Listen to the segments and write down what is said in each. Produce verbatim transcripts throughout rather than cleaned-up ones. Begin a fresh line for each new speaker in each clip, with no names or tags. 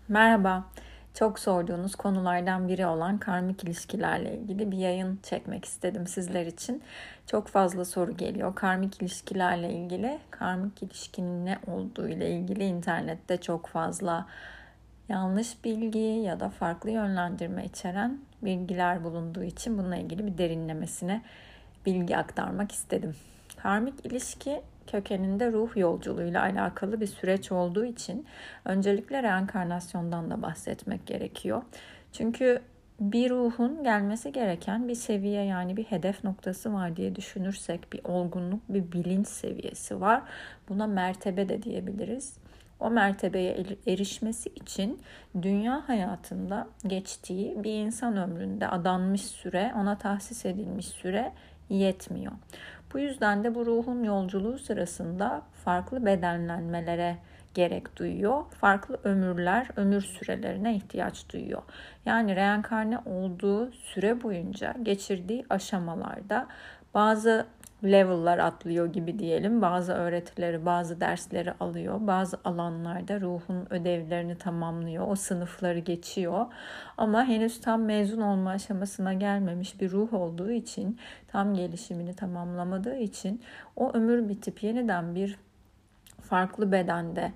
Merhaba. Çok sorduğunuz konulardan biri olan karmik ilişkilerle ilgili bir yayın çekmek istedim sizler için. Çok fazla soru geliyor. Karmik ilişkilerle ilgili, karmik ilişkinin ne olduğu ile ilgili internette çok fazla yanlış bilgi ya da farklı yönlendirme içeren bilgiler bulunduğu için bununla ilgili bir derinlemesine bilgi aktarmak istedim. Karmik ilişki kökeninde ruh yolculuğuyla alakalı bir süreç olduğu için öncelikle reenkarnasyondan da bahsetmek gerekiyor. Çünkü bir ruhun gelmesi gereken bir seviye, yani bir hedef noktası var diye düşünürsek, bir olgunluk, bir bilinç seviyesi var. Buna mertebe de diyebiliriz. O mertebeye erişmesi için dünya hayatında geçtiği bir insan ömründe adanmış süre, ona tahsis edilmiş süre yetmiyor. Bu yüzden de bu ruhun yolculuğu sırasında farklı bedenlenmelere gerek duyuyor. Farklı ömürler, ömür sürelerine ihtiyaç duyuyor. Yani reenkarne olduğu süre boyunca geçirdiği aşamalarda bazı level'lar atlıyor gibi diyelim. Bazı öğretileri, bazı dersleri alıyor. Bazı alanlarda ruhun ödevlerini tamamlıyor. O sınıfları geçiyor. Ama henüz tam mezun olma aşamasına gelmemiş bir ruh olduğu için, tam gelişimini tamamlamadığı için o ömür bitip yeniden bir farklı bedende,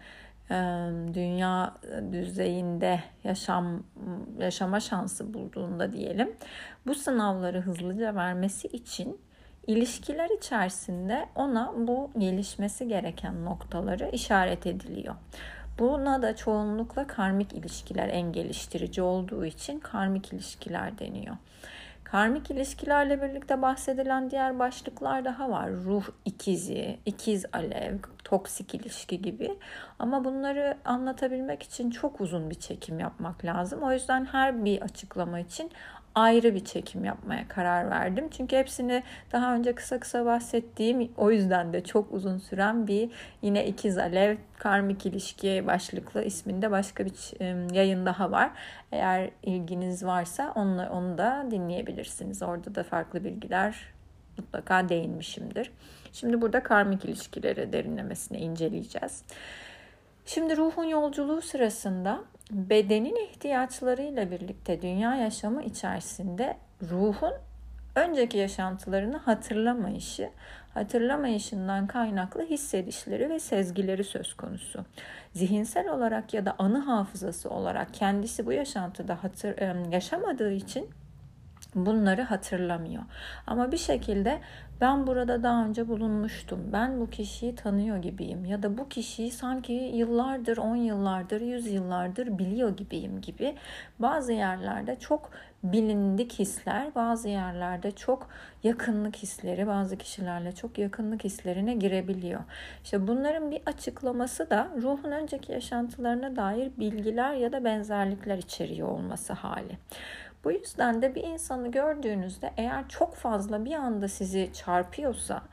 dünya düzeyinde yaşam yaşama şansı bulduğunda diyelim, bu sınavları hızlıca vermesi için ilişkiler içerisinde ona bu gelişmesi gereken noktaları işaret ediliyor. Buna da çoğunlukla karmik ilişkiler en geliştirici olduğu için karmik ilişkiler deniyor. Karmik ilişkilerle birlikte bahsedilen diğer başlıklar daha var. Ruh ikizi, ikiz alev, toksik ilişki gibi. Ama bunları anlatabilmek için çok uzun bir çekim yapmak lazım. O yüzden her bir açıklama için ayrı bir çekim yapmaya karar verdim. Çünkü hepsini daha önce kısa kısa bahsettiğim, o yüzden de çok uzun süren bir yine ikiz alev karmik ilişki başlıklı isminde başka bir yayın daha var. Eğer ilginiz varsa onu, onu da dinleyebilirsiniz. Orada da farklı bilgiler mutlaka değinmişimdir. Şimdi burada karmik ilişkileri derinlemesine inceleyeceğiz. Şimdi ruhun yolculuğu sırasında bedenin ihtiyaçlarıyla birlikte dünya yaşamı içerisinde ruhun önceki yaşantılarını hatırlamayışı, hatırlamayışından kaynaklı hissedişleri ve sezgileri söz konusu. Zihinsel olarak ya da anı hafızası olarak kendisi bu yaşantıda hatır, yaşamadığı için bunları hatırlamıyor. Ama bir şekilde ben burada daha önce bulunmuştum, ben bu kişiyi tanıyor gibiyim ya da bu kişiyi sanki yıllardır, on yıllardır, yüz yıllardır biliyor gibiyim gibi bazı yerlerde çok bilindik hisler, bazı yerlerde çok yakınlık hisleri, bazı kişilerle çok yakınlık hislerine girebiliyor. İşte bunların bir açıklaması da ruhun önceki yaşantılarına dair bilgiler ya da benzerlikler içeriyor olması hali. Bu yüzden de bir insanı gördüğünüzde eğer çok fazla bir anda sizi çarpıyorsa,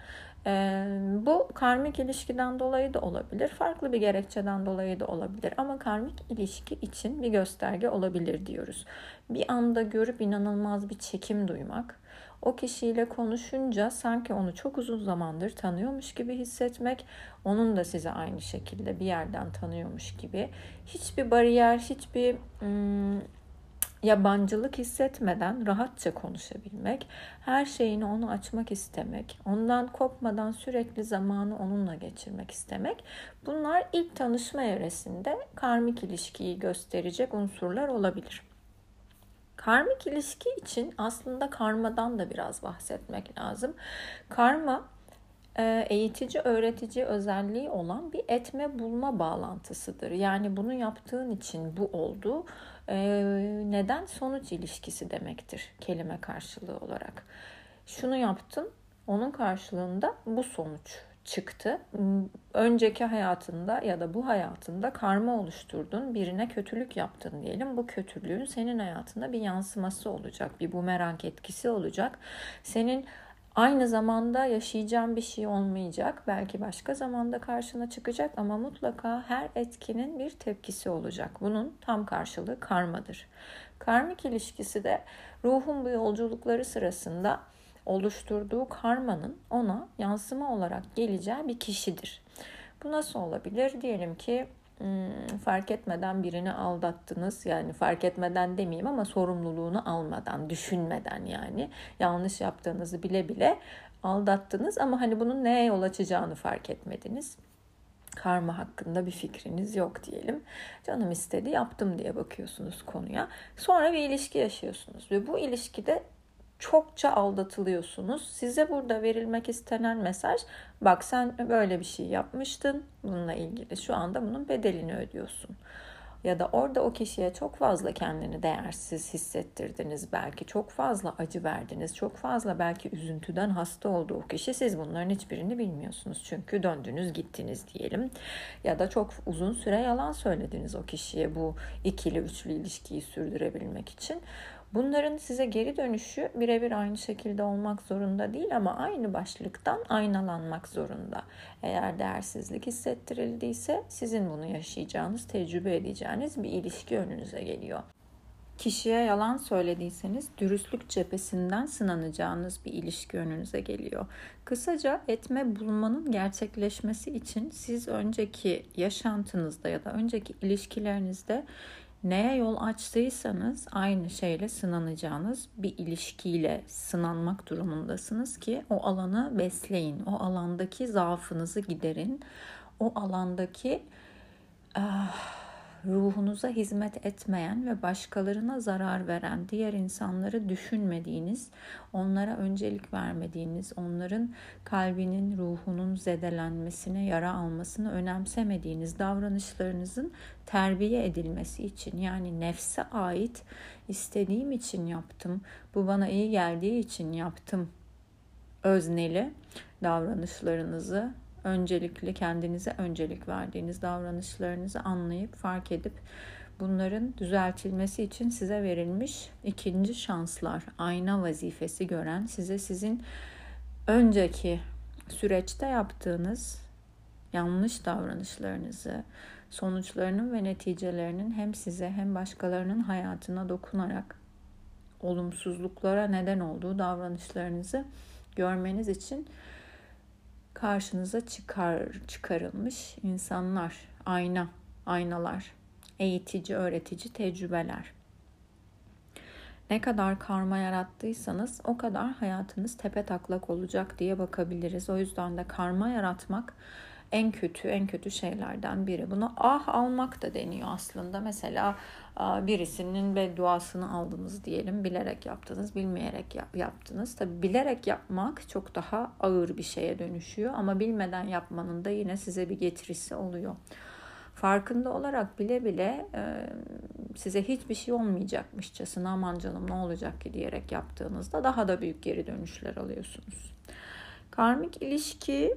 bu karmik ilişkiden dolayı da olabilir, farklı bir gerekçeden dolayı da olabilir ama karmik ilişki için bir gösterge olabilir diyoruz. Bir anda görüp inanılmaz bir çekim duymak, o kişiyle konuşunca sanki onu çok uzun zamandır tanıyormuş gibi hissetmek, onun da sizi aynı şekilde bir yerden tanıyormuş gibi, hiçbir bariyer, hiçbir hmm, yabancılık hissetmeden rahatça konuşabilmek, her şeyini onu açmak istemek, ondan kopmadan sürekli zamanı onunla geçirmek istemek. Bunlar ilk tanışma evresinde karmik ilişkiyi gösterecek unsurlar olabilir. Karmik ilişki için aslında karmadan da biraz bahsetmek lazım. Karma, eğitici, öğretici özelliği olan bir etme bulma bağlantısıdır. Yani bunu yaptığın için bu oldu. Neden sonuç ilişkisi demektir kelime karşılığı olarak. Şunu yaptın, onun karşılığında bu sonuç çıktı. Önceki hayatında ya da bu hayatında karma oluşturdun, birine kötülük yaptın diyelim. Bu kötülüğün senin hayatında bir yansıması olacak, bir bumerang etkisi olacak. Senin aynı zamanda yaşayacağın bir şey olmayacak. Belki başka zamanda karşına çıkacak ama mutlaka her etkinin bir tepkisi olacak. Bunun tam karşılığı karmadır. Karmik ilişkisi de ruhun bu yolculukları sırasında oluşturduğu karmanın ona yansıma olarak geleceği bir kişidir. Bu nasıl olabilir? Diyelim ki fark etmeden birini aldattınız. Yani fark etmeden demeyeyim ama sorumluluğunu almadan, düşünmeden yani yanlış yaptığınızı bile bile aldattınız ama hani bunun neye yol açacağını fark etmediniz. Karma hakkında bir fikriniz yok diyelim. Canım istedi, yaptım diye bakıyorsunuz konuya. Sonra bir ilişki yaşıyorsunuz ve bu ilişkide çokça aldatılıyorsunuz. Size burada verilmek istenen mesaj, bak sen böyle bir şey yapmıştın bununla ilgili, şu anda bunun bedelini ödüyorsun. Ya da orada o kişiye çok fazla kendini değersiz hissettirdiniz belki. Çok fazla acı verdiniz. Çok fazla belki üzüntüden hasta oldu o kişi. Siz bunların hiçbirini bilmiyorsunuz. Çünkü döndünüz gittiniz diyelim. Ya da çok uzun süre yalan söylediniz o kişiye bu ikili üçlü ilişkiyi sürdürebilmek için. Bunların size geri dönüşü birebir aynı şekilde olmak zorunda değil ama aynı başlıktan aynalanmak zorunda. Eğer değersizlik hissettirildiyse sizin bunu yaşayacağınız, tecrübe edeceğiniz bir ilişki önünüze geliyor. Kişiye yalan söylediyseniz dürüstlük cephesinden sınanacağınız bir ilişki önünüze geliyor. Kısaca etme bulmanın gerçekleşmesi için siz önceki yaşantınızda ya da önceki ilişkilerinizde neye yol açtıysanız aynı şeyle sınanacağınız bir ilişkiyle sınanmak durumundasınız ki o alanı besleyin. O alandaki zaafınızı giderin. O alandaki ah, ruhunuza hizmet etmeyen ve başkalarına zarar veren, diğer insanları düşünmediğiniz, onlara öncelik vermediğiniz, onların kalbinin, ruhunun zedelenmesine, yara almasını önemsemediğiniz davranışlarınızın terbiye edilmesi için, yani nefse ait istediğim için yaptım, bu bana iyi geldiği için yaptım özneli davranışlarınızı, öncelikli kendinize öncelik verdiğiniz davranışlarınızı anlayıp fark edip bunların düzeltilmesi için size verilmiş ikinci şanslar, ayna vazifesi gören, size sizin önceki süreçte yaptığınız yanlış davranışlarınızı, sonuçlarının ve neticelerinin hem size hem başkalarının hayatına dokunarak olumsuzluklara neden olduğu davranışlarınızı görmeniz için karşınıza çıkar, çıkarılmış insanlar, ayna, aynalar, eğitici, öğretici tecrübeler. Ne kadar karma yarattıysanız o kadar hayatınız tepetaklak olacak diye bakabiliriz. O yüzden de karma yaratmak en kötü, en kötü şeylerden biri. Buna ah almak da deniyor aslında. Mesela birisinin bedduasını aldınız diyelim. Bilerek yaptınız, bilmeyerek yaptınız. Tabii bilerek yapmak çok daha ağır bir şeye dönüşüyor. Ama bilmeden yapmanın da yine size bir getirisi oluyor. Farkında olarak bile bile size hiçbir şey olmayacakmışçasına aman canım ne olacak ki diyerek yaptığınızda daha da büyük geri dönüşler alıyorsunuz. Karmik ilişki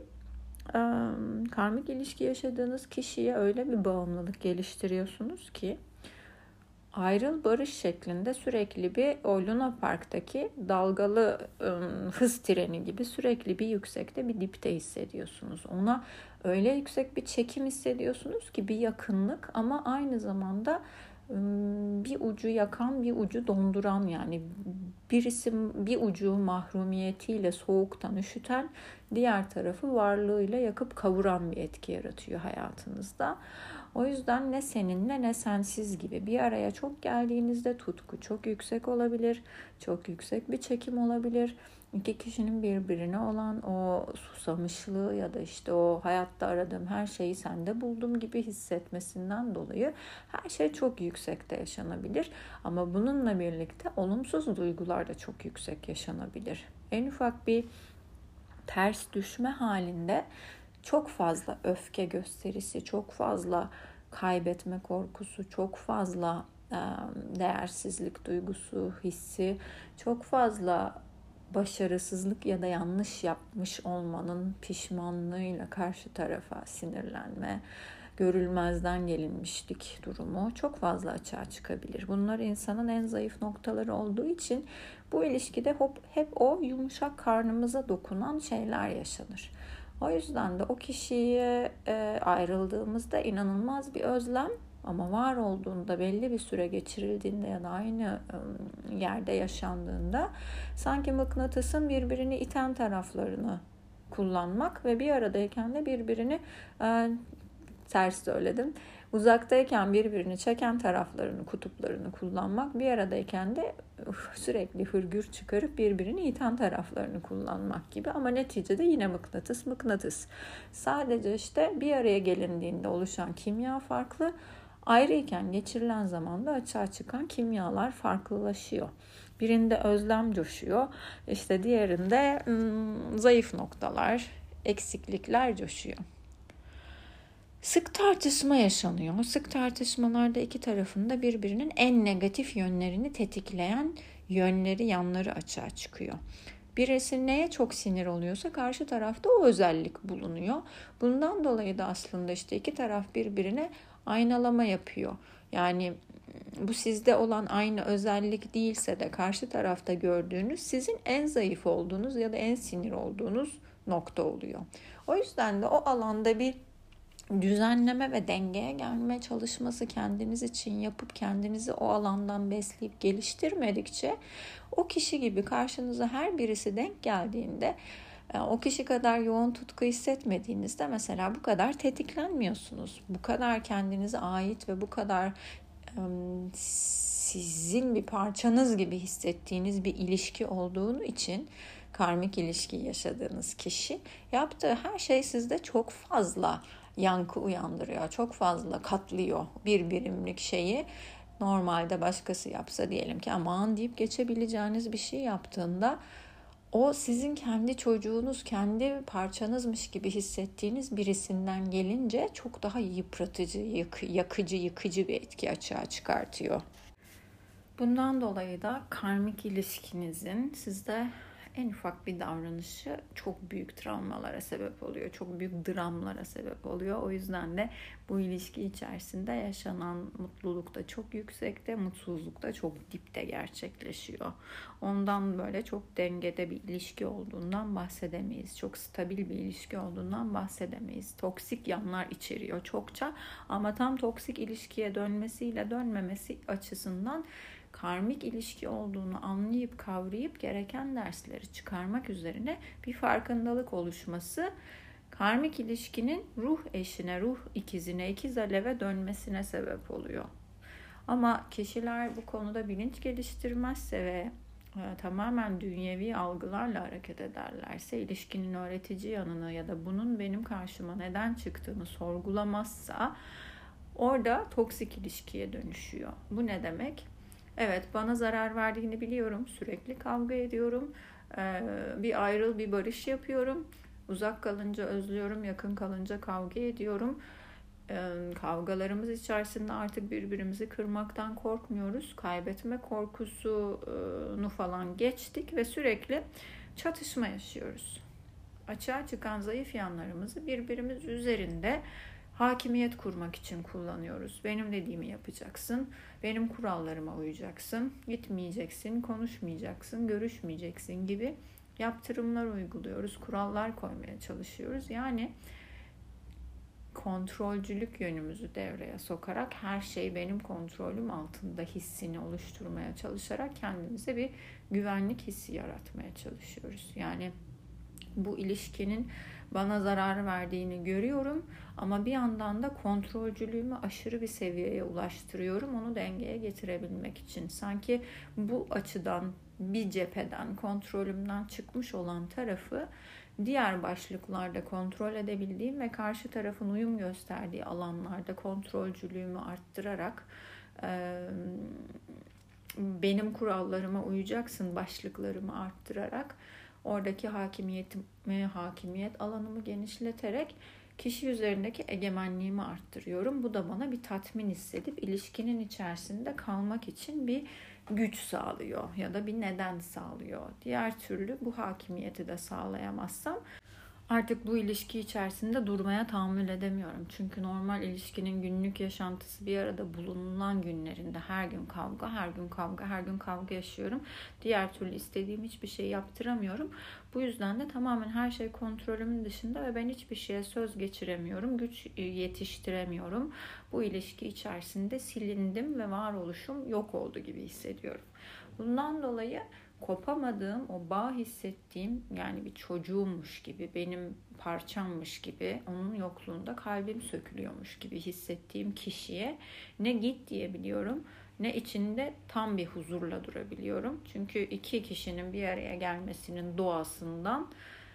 Karmik ilişki yaşadığınız kişiye öyle bir bağımlılık geliştiriyorsunuz ki ayrıl barış şeklinde sürekli bir o Luna Park'taki dalgalı hız treni gibi sürekli bir yüksekte bir dipte hissediyorsunuz. Ona öyle yüksek bir çekim hissediyorsunuz ki bir yakınlık ama aynı zamanda bir ucu yakan bir ucu donduran, yani birisi bir ucu mahrumiyetiyle soğuktan üşüten, diğer tarafı varlığıyla yakıp kavuran bir etki yaratıyor hayatınızda. O yüzden ne seninle ne sensiz gibi bir araya çok geldiğinizde tutku çok yüksek olabilir, çok yüksek bir çekim olabilir. İki kişinin birbirine olan o susamışlığı ya da işte o hayatta aradığım her şeyi sende buldum gibi hissetmesinden dolayı her şey çok yüksekte yaşanabilir. Ama bununla birlikte olumsuz duygular da çok yüksek yaşanabilir. En ufak bir ters düşme halinde çok fazla öfke gösterisi, çok fazla kaybetme korkusu, çok fazla değersizlik duygusu, hissi, çok fazla başarısızlık ya da yanlış yapmış olmanın pişmanlığıyla karşı tarafa sinirlenme, görülmezden gelinmişlik durumu çok fazla açığa çıkabilir. Bunlar insanın en zayıf noktaları olduğu için bu ilişkide hep, hep o yumuşak karnımıza dokunan şeyler yaşanır. O yüzden de o kişiye e, ayrıldığımızda inanılmaz bir özlem, ama var olduğunda, belli bir süre geçirildiğinde ya da aynı yerde yaşandığında sanki mıknatısın birbirini iten taraflarını kullanmak ve bir aradayken de birbirini ters söyledim. Uzaktayken birbirini çeken taraflarını, kutuplarını kullanmak, bir aradayken de sürekli hırgür çıkarıp birbirini iten taraflarını kullanmak gibi. Ama neticede yine mıknatıs mıknatıs. Sadece işte bir araya gelindiğinde oluşan kimya farklı. Ayrıyken geçirilen zamanda açığa çıkan kimyalar farklılaşıyor. Birinde özlem coşuyor, işte diğerinde ım, zayıf noktalar, eksiklikler coşuyor. Sık tartışma yaşanıyor. Sık tartışmalarda iki tarafında birbirinin en negatif yönlerini tetikleyen yönleri, yanları açığa çıkıyor. Birisi neye çok sinir oluyorsa karşı tarafta o özellik bulunuyor. Bundan dolayı da aslında işte iki taraf birbirine aynalama yapıyor. Yani bu sizde olan aynı özellik değilse de karşı tarafta gördüğünüz sizin en zayıf olduğunuz ya da en sinir olduğunuz nokta oluyor. O yüzden de o alanda bir düzenleme ve dengeye gelme çalışması kendiniz için yapıp kendinizi o alandan besleyip geliştirmedikçe o kişi gibi karşınıza her birisi denk geldiğinde o kişi kadar yoğun tutku hissetmediğinizde mesela bu kadar tetiklenmiyorsunuz. Bu kadar kendinize ait ve bu kadar sizin bir parçanız gibi hissettiğiniz bir ilişki olduğu için karmik ilişki yaşadığınız kişi yaptığı her şey sizde çok fazla yankı uyandırıyor. Çok fazla katlıyor bir birimlik şeyi. Normalde başkası yapsa diyelim ki aman deyip geçebileceğiniz bir şey yaptığında o sizin kendi çocuğunuz, kendi parçanızmış gibi hissettiğiniz birisinden gelince çok daha yıpratıcı, yık, yakıcı, yıkıcı bir etki açığa çıkartıyor. Bundan dolayı da karmik ilişkinizin sizde en ufak bir davranışı çok büyük travmalara sebep oluyor. Çok büyük dramlara sebep oluyor. O yüzden de bu ilişki içerisinde yaşanan mutluluk da çok yüksekte, mutsuzluk da çok dipte gerçekleşiyor. Ondan böyle çok dengede bir ilişki olduğundan bahsedemeyiz. Çok stabil bir ilişki olduğundan bahsedemeyiz. Toksik yanlar içeriyor çokça ama tam toksik ilişkiye dönmesiyle dönmemesi açısından karmik ilişki olduğunu anlayıp kavrayıp gereken dersleri çıkarmak üzerine bir farkındalık oluşması karmik ilişkinin ruh eşine, ruh ikizine, ikiz aleve dönmesine sebep oluyor. Ama kişiler bu konuda bilinç geliştirmezse ve e, tamamen dünyevi algılarla hareket ederlerse, ilişkinin öğretici yanını ya da bunun benim karşıma neden çıktığını sorgulamazsa orada toksik ilişkiye dönüşüyor. Bu ne demek? Evet, bana zarar verdiğini biliyorum. Sürekli kavga ediyorum. Ee, bir ayrıl, bir barış yapıyorum. Uzak kalınca özlüyorum, yakın kalınca kavga ediyorum. Ee, kavgalarımız içerisinde artık birbirimizi kırmaktan korkmuyoruz. Kaybetme korkusunu falan geçtik ve sürekli çatışma yaşıyoruz. Açığa çıkan zayıf yanlarımızı birbirimiz üzerinde hakimiyet kurmak için kullanıyoruz. Benim dediğimi yapacaksın, benim kurallarıma uyacaksın, gitmeyeceksin, konuşmayacaksın, görüşmeyeceksin gibi yaptırımlar uyguluyoruz, kurallar koymaya çalışıyoruz. Yani kontrolcülük yönümüzü devreye sokarak her şey benim kontrolüm altında hissini oluşturmaya çalışarak kendimize bir güvenlik hissi yaratmaya çalışıyoruz. Yani bu ilişkinin bana zarar verdiğini görüyorum ama bir yandan da kontrolcülüğümü aşırı bir seviyeye ulaştırıyorum onu dengeye getirebilmek için. Sanki bu açıdan bir cepheden kontrolümden çıkmış olan tarafı diğer başlıklarda kontrol edebildiğim ve karşı tarafın uyum gösterdiği alanlarda kontrolcülüğümü arttırarak benim kurallarıma uyacaksın başlıklarımı arttırarak oradaki hakimiyetimi, hakimiyet alanımı genişleterek kişi üzerindeki egemenliğimi arttırıyorum. Bu da bana bir tatmin hissedip ilişkinin içerisinde kalmak için bir güç sağlıyor ya da bir neden sağlıyor. Diğer türlü bu hakimiyeti de sağlayamazsam artık bu ilişki içerisinde durmaya tahammül edemiyorum. Çünkü normal ilişkinin günlük yaşantısı bir arada bulunan günlerinde her gün kavga, her gün kavga, her gün kavga yaşıyorum. Diğer türlü istediğim hiçbir şey yaptıramıyorum. Bu yüzden de tamamen her şey kontrolümün dışında ve ben hiçbir şeye söz geçiremiyorum, güç yetiştiremiyorum. Bu ilişki içerisinde silindim ve varoluşum yok oldu gibi hissediyorum. Bundan dolayı kopamadığım, o bağ hissettiğim, yani bir çocuğummuş gibi, benim parçammış gibi, onun yokluğunda kalbim sökülüyormuş gibi hissettiğim kişiye ne git diyebiliyorum, ne içinde tam bir huzurla durabiliyorum. Çünkü iki kişinin bir araya gelmesinin doğasından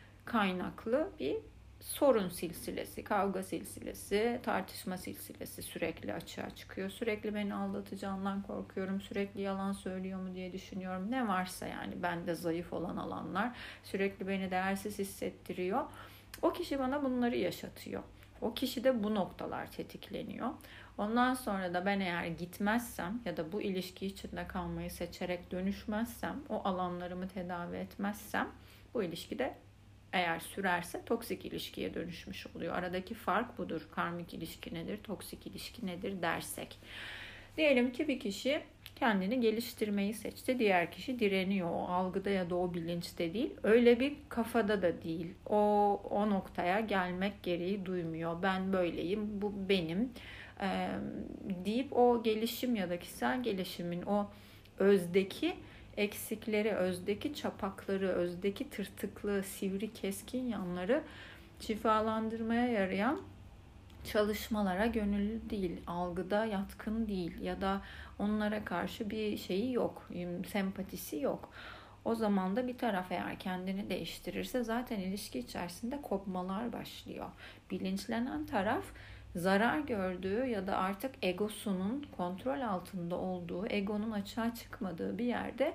kaynaklı bir sorun silsilesi, kavga silsilesi, tartışma silsilesi sürekli açığa çıkıyor. Sürekli beni aldatacağından korkuyorum, sürekli yalan söylüyor mu diye düşünüyorum. Ne varsa yani bende zayıf olan alanlar sürekli beni değersiz hissettiriyor. O kişi bana bunları yaşatıyor. O kişi de bu noktalar tetikleniyor. Ondan sonra da ben eğer gitmezsem ya da bu ilişki içinde kalmayı seçerek dönüşmezsem, o alanlarımı tedavi etmezsem bu ilişkide eğer sürerse toksik ilişkiye dönüşmüş oluyor. Aradaki fark budur. Karmik ilişki nedir, toksik ilişki nedir dersek. Diyelim ki bir kişi kendini geliştirmeyi seçti. Diğer kişi direniyor. O algıda ya da o bilinçte değil. Öyle bir kafada da değil. O, o noktaya gelmek gereği duymuyor. Ben böyleyim, bu benim ee, deyip o gelişim ya da kişisel gelişimin o özdeki eksikleri, özdeki çapakları, özdeki tırtıklı, sivri, keskin yanları şifalandırmaya yarayan çalışmalara gönüllü değil, algıda yatkın değil ya da onlara karşı bir şeyi yok, sempatisi yok. O zaman da bir taraf eğer kendini değiştirirse zaten ilişki içerisinde kopmalar başlıyor. Bilinçlenen taraf zarar gördüğü ya da artık egosunun kontrol altında olduğu, egonun açığa çıkmadığı bir yerde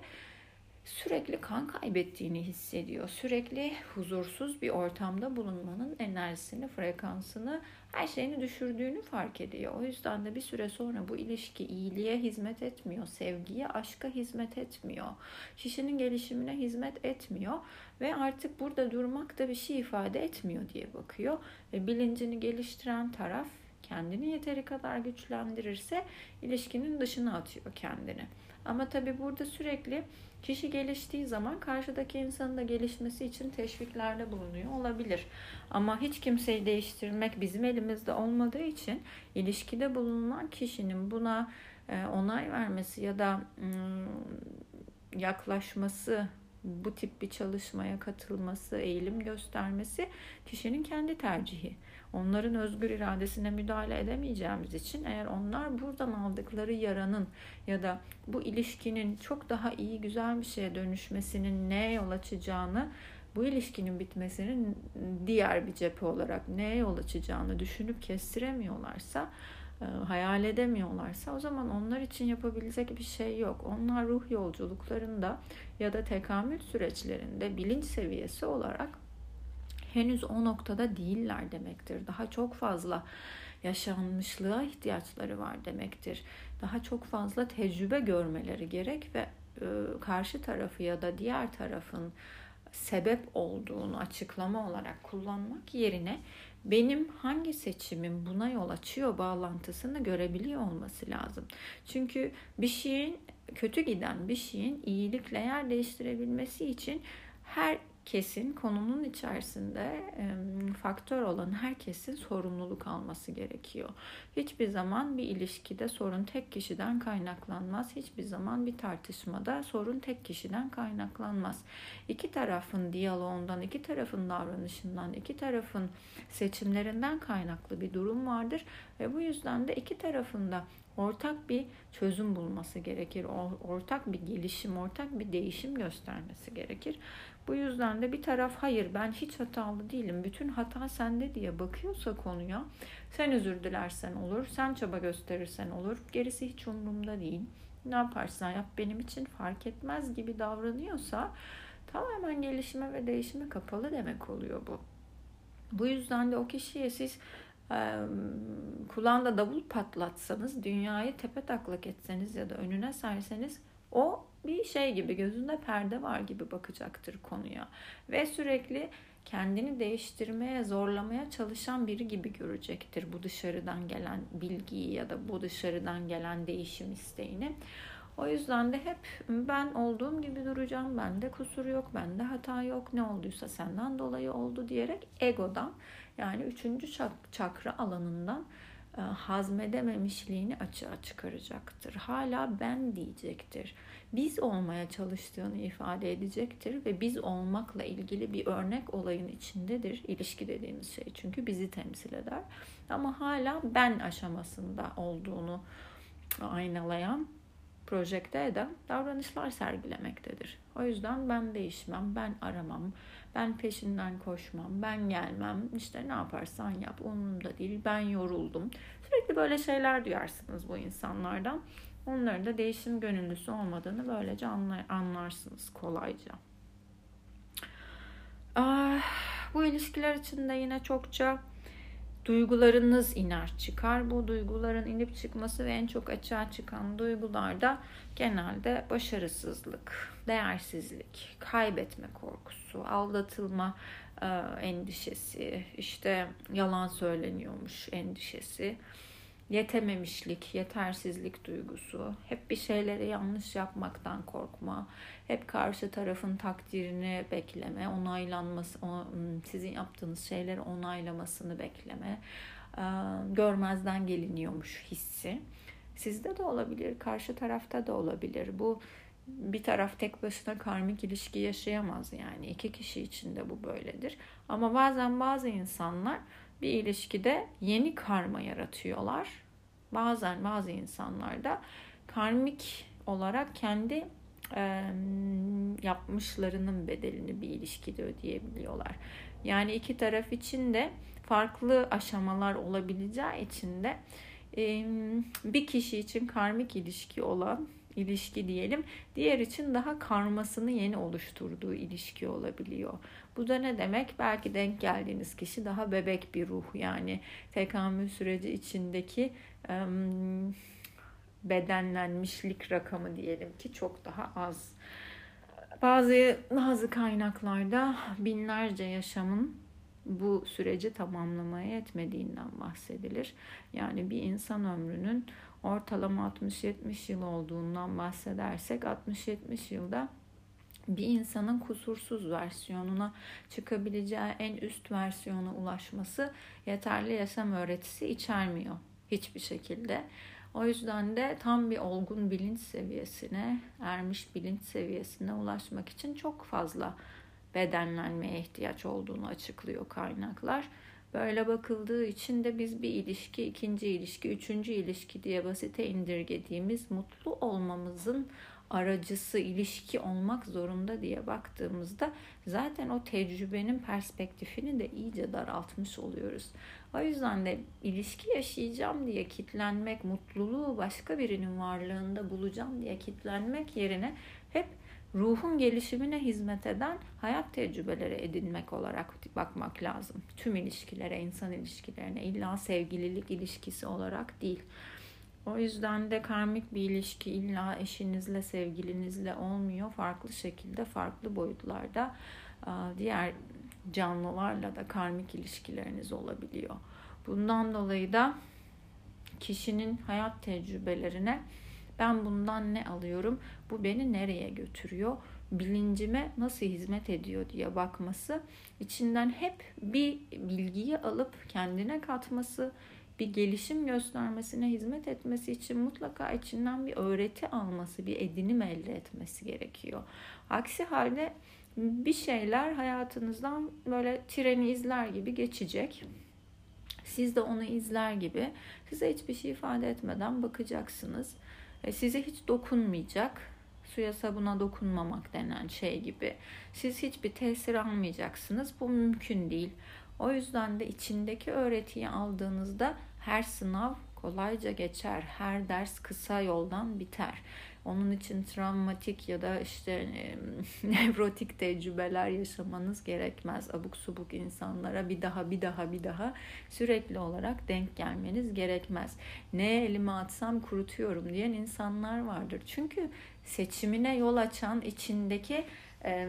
sürekli kan kaybettiğini hissediyor. Sürekli huzursuz bir ortamda bulunmanın enerjisini, frekansını, her şeyini düşürdüğünü fark ediyor. O yüzden de bir süre sonra bu ilişki iyiliğe hizmet etmiyor, sevgiye, aşka hizmet etmiyor, kişinin gelişimine hizmet etmiyor ve artık burada durmak da bir şey ifade etmiyor diye bakıyor. Ve bilincini geliştiren taraf kendini yeteri kadar güçlendirirse ilişkinin dışına atıyor kendini. Ama tabii burada sürekli kişi geliştiği zaman karşıdaki insanın da gelişmesi için teşviklerde bulunuyor olabilir. Ama hiç kimseyi değiştirmek bizim elimizde olmadığı için ilişkide bulunan kişinin buna onay vermesi ya da yaklaşması, bu tip bir çalışmaya katılması, eğilim göstermesi kişinin kendi tercihi. Onların özgür iradesine müdahale edemeyeceğimiz için eğer onlar buradan aldıkları yaranın ya da bu ilişkinin çok daha iyi, güzel bir şeye dönüşmesinin neye yol açacağını, bu ilişkinin bitmesinin diğer bir cephe olarak neye yol açacağını düşünüp kestiremiyorlarsa, hayal edemiyorlarsa o zaman onlar için yapabilecek bir şey yok. Onlar ruh yolculuklarında ya da tekamül süreçlerinde bilinç seviyesi olarak henüz o noktada değiller demektir. Daha çok fazla yaşanmışlığa ihtiyaçları var demektir. Daha çok fazla tecrübe görmeleri gerek ve karşı tarafı ya da diğer tarafın sebep olduğunu açıklama olarak kullanmak yerine benim hangi seçimim buna yol açıyor bağlantısını görebiliyor olması lazım. Çünkü bir şeyin, kötü giden bir şeyin iyilikle yer değiştirebilmesi için herkesin, konunun içerisinde faktör olan herkesin sorumluluk alması gerekiyor. Hiçbir zaman bir ilişkide sorun tek kişiden kaynaklanmaz. Hiçbir zaman bir tartışmada sorun tek kişiden kaynaklanmaz. İki tarafın diyaloğundan, iki tarafın davranışından, iki tarafın seçimlerinden kaynaklı bir durum vardır. Ve bu yüzden de iki tarafın da ortak bir çözüm bulması gerekir. Ortak bir gelişim, ortak bir değişim göstermesi gerekir. Bu yüzden de bir taraf hayır ben hiç hatalı değilim, bütün hata sende diye bakıyorsa konuya, sen özür dilersen olur, sen çaba gösterirsen olur, gerisi hiç umurumda değil, ne yaparsan yap benim için fark etmez gibi davranıyorsa tamamen gelişime ve değişime kapalı demek oluyor bu. Bu yüzden de o kişiye siz e, kulağında davul patlatsanız, dünyayı tepetaklak etseniz ya da önüne serseniz o bir şey gibi, gözünde perde var gibi bakacaktır konuya. Ve sürekli kendini değiştirmeye, zorlamaya çalışan biri gibi görecektir bu dışarıdan gelen bilgiyi ya da bu dışarıdan gelen değişim isteğini. O yüzden de hep ben olduğum gibi duracağım, bende kusur yok, bende hata yok, ne olduysa senden dolayı oldu diyerek egodan, yani üçüncü çakra alanından e, hazmedememişliğini açığa çıkaracaktır. Hala ben diyecektir. Biz olmaya çalıştığını ifade edecektir ve biz olmakla ilgili bir örnek olayın içindedir. İlişki dediğimiz şey çünkü bizi temsil eder. Ama hala ben aşamasında olduğunu aynalayan, projekte eden davranışlar sergilemektedir. O yüzden ben değişmem, ben aramam, ben peşinden koşmam, ben gelmem, işte ne yaparsan yap, umurumda değil, ben yoruldum. Sürekli böyle şeyler duyarsınız bu insanlardan. Onların da değişim gönüllüsü olmadığını böylece anlarsınız kolayca. Ah, bu ilişkiler içinde yine çokça duygularınız iner çıkar. Bu duyguların inip çıkması ve en çok açığa çıkan duygular da genelde başarısızlık, değersizlik, kaybetme korkusu, aldatılma e, endişesi, işte yalan söyleniyormuş endişesi, yetememişlik, yetersizlik duygusu, hep bir şeyleri yanlış yapmaktan korkma, hep karşı tarafın takdirini bekleme, onaylanması, sizin yaptığınız şeyleri onaylamasını bekleme, görmezden geliniyormuş hissi. Sizde de olabilir, karşı tarafta da olabilir. Bu bir taraf tek başına karmik ilişki yaşayamaz yani. İki kişi için de bu böyledir. Ama bazen bazı insanlar bir ilişkide yeni karma yaratıyorlar. Bazen bazı insanlar da karmik olarak kendi e, yapmışlarının bedelini bir ilişkide ödeyebiliyorlar. Yani iki taraf için de farklı aşamalar olabileceği için de e, bir kişi için karmik ilişki olan ilişki diyelim, diğer için daha karmasını yeni oluşturduğu ilişki olabiliyor. Bu da ne demek? Belki denk geldiğiniz kişi daha bebek bir ruh, yani tekamül süreci içindeki ım, bedenlenmişlik rakamı diyelim ki çok daha az. Bazı bazı kaynaklarda binlerce yaşamın bu süreci tamamlamaya yetmediğinden bahsedilir. Yani bir insan ömrünün ortalama altmış yetmiş yıl olduğundan bahsedersek altmış yetmiş yılda bir insanın kusursuz versiyonuna çıkabileceği en üst versiyona ulaşması yeterli yaşam öğretisi içermiyor hiçbir şekilde. O yüzden de tam bir olgun bilinç seviyesine, ermiş bilinç seviyesine ulaşmak için çok fazla bedenlenmeye ihtiyaç olduğunu açıklıyor kaynaklar. Böyle bakıldığı için de biz bir ilişki, ikinci ilişki, üçüncü ilişki diye basite indirgediğimiz mutlu olmamızın aracısı ilişki olmak zorunda diye baktığımızda zaten o tecrübenin perspektifini de iyice daraltmış oluyoruz. O yüzden de ilişki yaşayacağım diye kitlenmek, mutluluğu başka birinin varlığında bulacağım diye kitlenmek yerine hep ruhun gelişimine hizmet eden hayat tecrübeleri edinmek olarak bakmak lazım. Tüm ilişkilere, insan ilişkilerine, illa sevgililik ilişkisi olarak değil. O yüzden de karmik bir ilişki illa eşinizle, sevgilinizle olmuyor. Farklı şekilde, farklı boyutlarda diğer canlılarla da karmik ilişkileriniz olabiliyor. Bundan dolayı da kişinin hayat tecrübelerine ben bundan ne alıyorum, bu beni nereye götürüyor, bilincime nasıl hizmet ediyor diye bakması, içinden hep bir bilgiyi alıp kendine katması, bir gelişim göstermesine hizmet etmesi için mutlaka içinden bir öğreti alması, bir edinim elde etmesi gerekiyor. Aksi halde bir şeyler hayatınızdan böyle treni izler gibi geçecek. Siz de onu izler gibi size hiçbir şey ifade etmeden bakacaksınız. Size hiç dokunmayacak. Suya sabuna dokunmamak denen şey gibi. Siz hiçbir tesir almayacaksınız. Bu mümkün değil. O yüzden de içindeki öğretiyi aldığınızda her sınav kolayca geçer. Her ders kısa yoldan biter. Onun için travmatik ya da işte e, nevrotik tecrübeler yaşamanız gerekmez. Abuk subuk insanlara bir daha bir daha bir daha sürekli olarak denk gelmeniz gerekmez. Neye elimi atsam kurutuyorum diyen insanlar vardır. Çünkü seçimine yol açan içindeki e,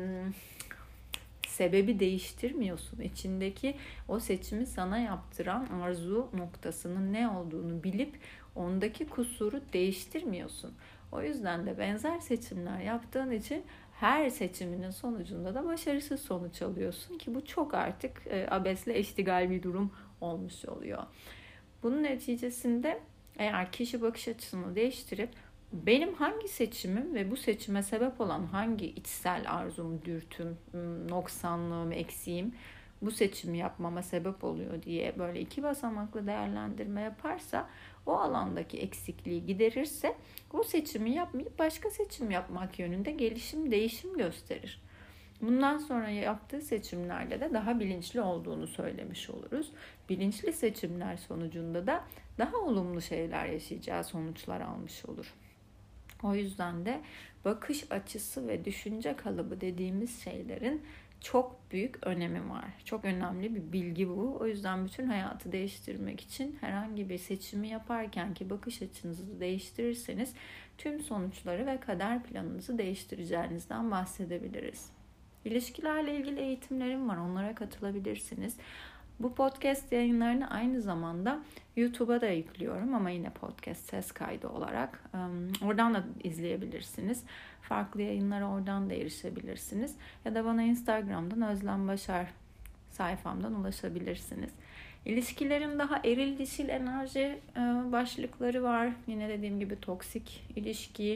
sebebi değiştirmiyorsun. İçindeki o seçimi sana yaptıran arzu noktasının ne olduğunu bilip ondaki kusuru değiştirmiyorsun. O yüzden de benzer seçimler yaptığın için her seçiminin sonucunda da başarısız sonuç alıyorsun ki bu çok artık e, abesle eştigal bir durum olmuş oluyor. Bunun neticesinde eğer kişi bakış açısını değiştirip benim hangi seçimim ve bu seçime sebep olan hangi içsel arzum, dürtüm, noksanlığım, eksiğim bu seçimi yapmama sebep oluyor diye böyle iki basamaklı değerlendirme yaparsa, o alandaki eksikliği giderirse bu seçimi yapmayıp başka seçim yapmak yönünde gelişim, değişim gösterir. Bundan sonra yaptığı seçimlerde de daha bilinçli olduğunu söylemiş oluruz. Bilinçli seçimler sonucunda da daha olumlu şeyler yaşayacağı sonuçlar almış olur. O yüzden de bakış açısı ve düşünce kalıbı dediğimiz şeylerin çok büyük önemi var. Çok önemli bir bilgi bu. O yüzden bütün hayatı değiştirmek için herhangi bir seçimi yaparken ki bakış açınızı değiştirirseniz tüm sonuçları ve kader planınızı değiştireceğinizden bahsedebiliriz. İlişkilerle ilgili eğitimlerim var. Onlara katılabilirsiniz. Bu podcast yayınlarını aynı zamanda YouTube'a da yüklüyorum ama yine podcast ses kaydı olarak. Oradan da izleyebilirsiniz. Farklı yayınlara oradan da erişebilirsiniz. Ya da bana Instagram'dan Özlem Başar sayfamdan ulaşabilirsiniz. İlişkilerin daha eril dişil enerji başlıkları var. Yine dediğim gibi toksik ilişki,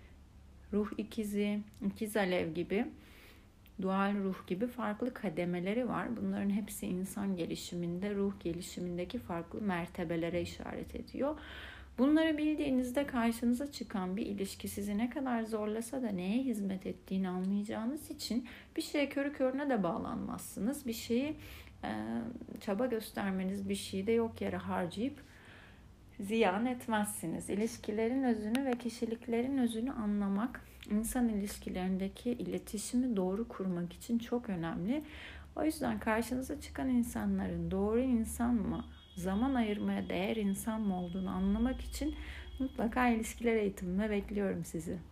ruh ikizi, ikiz alev gibi, dual ruh gibi farklı kademeleri var. Bunların hepsi insan gelişiminde, ruh gelişimindeki farklı mertebelere işaret ediyor. Bunları bildiğinizde karşınıza çıkan bir ilişki sizi ne kadar zorlasa da neye hizmet ettiğini anlayacağınız için bir şeye körü körüne de bağlanmazsınız. Bir şeyi e, çaba göstermeniz, bir şeyi de yok yere harcayıp ziyan etmezsiniz. İlişkilerin özünü ve kişiliklerin özünü anlamak, insan ilişkilerindeki iletişimi doğru kurmak için çok önemli. O yüzden karşınıza çıkan insanların doğru insan mı, zaman ayırmaya değer insan mı olduğunu anlamak için mutlaka ilişkiler eğitimime bekliyorum sizi.